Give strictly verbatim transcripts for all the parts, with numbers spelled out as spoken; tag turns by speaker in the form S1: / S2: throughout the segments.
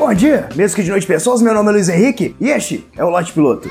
S1: Bom dia, mesmo que de noite pessoas, meu nome é Luiz Henrique e este é o Lote Piloto.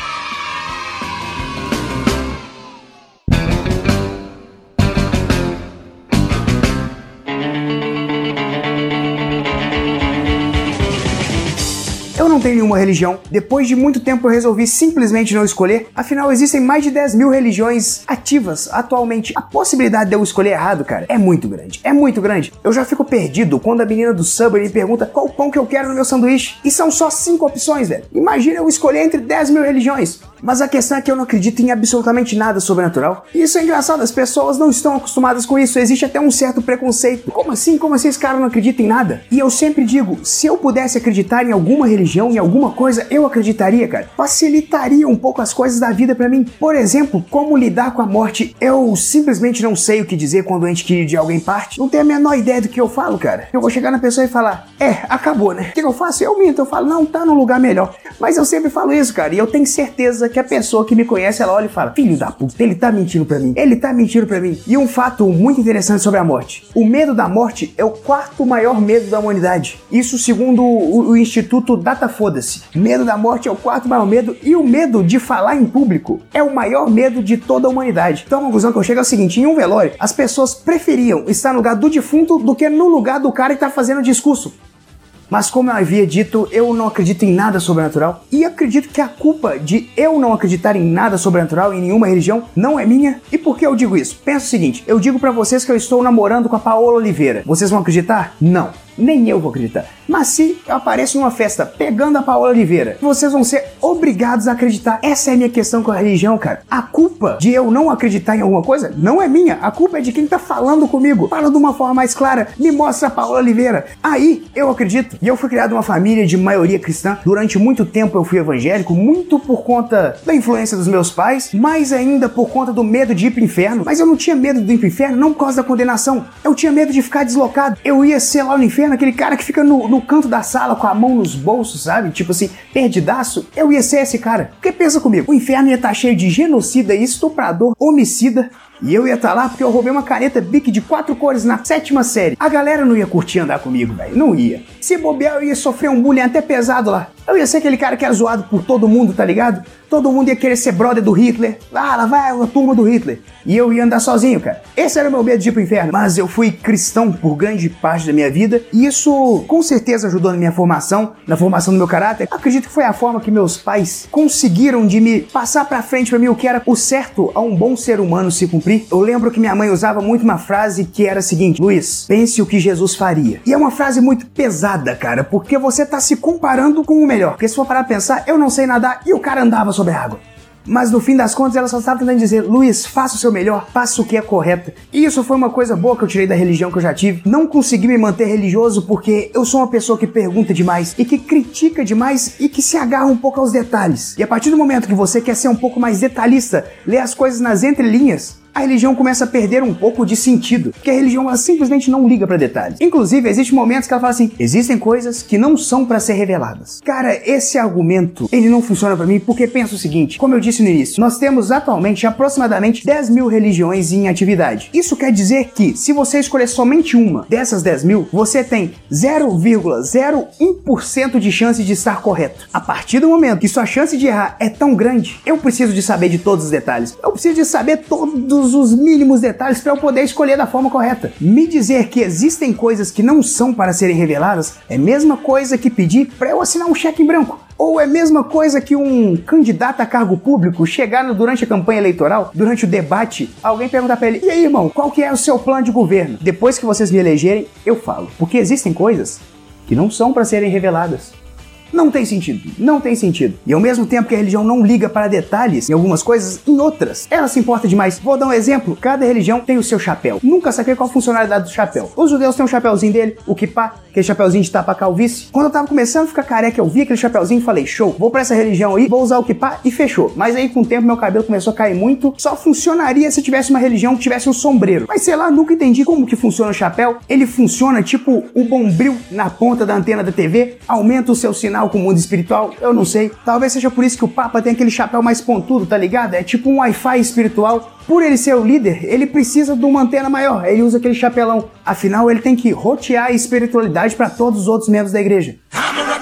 S1: Eu não tenho nenhuma religião, depois de muito tempo eu resolvi simplesmente não escolher, afinal existem mais de dez mil religiões ativas atualmente. A possibilidade de eu escolher errado, cara, é muito grande, é muito grande. Eu já fico perdido quando a menina do Subway me pergunta qual pão que eu quero no meu sanduíche, e são só cinco opções, velho. Imagina eu escolher entre dez mil religiões. Mas a questão é que eu não acredito em absolutamente nada sobrenatural. E isso é engraçado, as pessoas não estão acostumadas com isso, existe até um certo preconceito. Como assim? Como assim esse cara não acredita em nada? E eu sempre digo, se eu pudesse acreditar em alguma religião, em alguma coisa, eu acreditaria, cara. Facilitaria um pouco as coisas da vida pra mim. Por exemplo, como lidar com a morte. Eu simplesmente não sei o que dizer quando o ente querido de alguém parte. Não tenho a menor ideia do que eu falo, cara. Eu vou chegar na pessoa e falar, é, acabou, né? O que eu faço? Eu minto, eu falo, não, tá num lugar melhor. Mas eu sempre falo isso, cara, e eu tenho certeza que a pessoa que me conhece, ela olha e fala, filho da puta, ele tá mentindo pra mim, ele tá mentindo pra mim. E um fato muito interessante sobre a morte. O medo da morte é o quarto maior medo da humanidade. Isso segundo o, o Instituto Data Foda-se. Medo da morte é o quarto maior medo e o medo de falar em público é o maior medo de toda a humanidade. Então a conclusão que eu chego é o seguinte, em um velório, as pessoas preferiam estar no lugar do defunto do que no lugar do cara que tá fazendo o discurso. Mas como eu havia dito, eu não acredito em nada sobrenatural e acredito que a culpa de eu não acreditar em nada sobrenatural, em nenhuma religião, não é minha. E por que eu digo isso? Pensa o seguinte, eu digo pra vocês que eu estou namorando com a Paola Oliveira. Vocês vão acreditar? Não. Nem eu vou acreditar. Mas se eu apareço numa festa pegando a Paola Oliveira, vocês vão ser obrigados a acreditar. Essa é a minha questão com a religião, cara. A culpa de eu não acreditar em alguma coisa não é minha. A culpa é de quem tá falando comigo. Fala de uma forma mais clara. Me mostra a Paola Oliveira. Aí eu acredito. E eu fui criado numa família de maioria cristã. Durante muito tempo eu fui evangélico, muito por conta da influência dos meus pais, mais ainda por conta do medo de ir pro inferno. Mas eu não tinha medo de ir pro inferno, não por causa da condenação. Eu tinha medo de ficar deslocado. Eu ia ser lá no inferno aquele cara que fica no, no canto da sala com a mão nos bolsos, sabe? Tipo assim, perdidaço. Eu ia ser esse cara. Porque pensa comigo, o inferno ia estar cheio de genocida, estuprador, homicida. E eu ia estar lá porque eu roubei uma caneta Bic de quatro cores na sétima série. A galera não ia curtir andar comigo, velho. Não ia. Se bobear, eu ia sofrer um bullying até pesado lá. Eu ia ser aquele cara que era zoado por todo mundo, tá ligado? Todo mundo ia querer ser brother do Hitler. Ah, lá vai a turma do Hitler. E eu ia andar sozinho, cara. Esse era o meu medo de ir pro inferno. Mas eu fui cristão por grande parte da minha vida. E isso com certeza ajudou na minha formação, na formação do meu caráter. Acredito que foi a forma que meus pais conseguiram de me passar pra frente pra mim o que era o certo a um bom ser humano se cumprir. Eu lembro que minha mãe usava muito uma frase que era a seguinte, Luiz, pense o que Jesus faria. E é uma frase muito pesada, cara, porque você tá se comparando com o melhor. Porque se for parar pra pensar, eu não sei nadar e o cara andava sobre a água. Mas no fim das contas ela só estava tentando dizer, Luiz, faça o seu melhor, faça o que é correto. E isso foi uma coisa boa que eu tirei da religião que eu já tive. Não consegui me manter religioso porque eu sou uma pessoa que pergunta demais e que critica demais e que se agarra um pouco aos detalhes. E a partir do momento que você quer ser um pouco mais detalhista, ler as coisas nas entrelinhas, a religião começa a perder um pouco de sentido, porque a religião ela simplesmente não liga pra detalhes. Inclusive, existem momentos que ela fala assim, existem coisas que não são pra ser reveladas. Cara, esse argumento, ele não funciona pra mim, porque pensa o seguinte, como eu disse no início, nós temos atualmente aproximadamente dez mil religiões em atividade. Isso quer dizer que, se você escolher somente uma dessas dez mil, você tem zero vírgula zero um por cento de chance de estar correto. A partir do momento que sua chance de errar é tão grande, eu preciso de saber de todos os detalhes. Eu preciso de saber todos os mínimos detalhes para eu poder escolher da forma correta. Me dizer que existem coisas que não são para serem reveladas é a mesma coisa que pedir para eu assinar um cheque em branco. Ou é a mesma coisa que um candidato a cargo público chegar no, durante a campanha eleitoral, durante o debate, alguém perguntar para ele, e aí, irmão, qual que é o seu plano de governo? Depois que vocês me elegerem, eu falo. Porque existem coisas que não são para serem reveladas. Não tem sentido, não tem sentido. E ao mesmo tempo que a religião não liga para detalhes em algumas coisas, em outras, ela se importa demais. Vou dar um exemplo, cada religião tem o seu chapéu. Nunca saquei qual a funcionalidade do chapéu. Os judeus têm um chapéuzinho dele, o kippá, aquele chapéuzinho de tapa calvície. Quando eu tava começando a ficar careca, eu vi aquele chapéuzinho e falei, show, vou pra essa religião aí, vou usar o kippá e fechou. Mas aí com o tempo meu cabelo começou a cair muito, só funcionaria se tivesse uma religião que tivesse um sombreiro. Mas sei lá, nunca entendi como que funciona o chapéu. Ele funciona tipo o bombril na ponta da antena da T V, aumenta o seu sinal com o mundo espiritual, eu não sei. Talvez seja por isso que o Papa tem aquele chapéu mais pontudo, tá ligado? É tipo um Wi-Fi espiritual. Por ele ser o líder, ele precisa de uma antena maior, ele usa aquele chapelão. Afinal, ele tem que rotear a espiritualidade para todos os outros membros da igreja.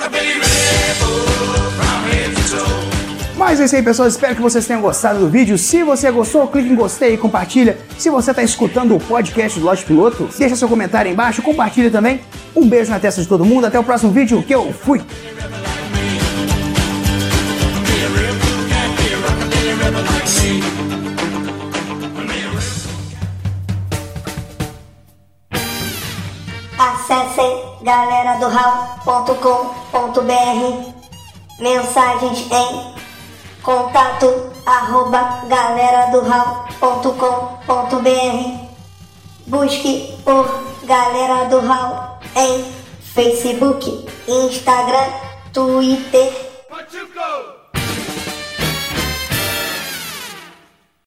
S1: Mas é isso aí, pessoal. Espero que vocês tenham gostado do vídeo. Se você gostou, clique em gostei e compartilha. Se você está escutando o podcast do Lote Piloto, deixa seu comentário aí embaixo, compartilha também. Um beijo na testa de todo mundo. Até o próximo vídeo, que eu fui!
S2: Acessem galera do raul ponto com ponto b r, mensagens em contato arroba galera do raul ponto com ponto b r. Busque por Galera do Raul em Facebook, Instagram, Twitter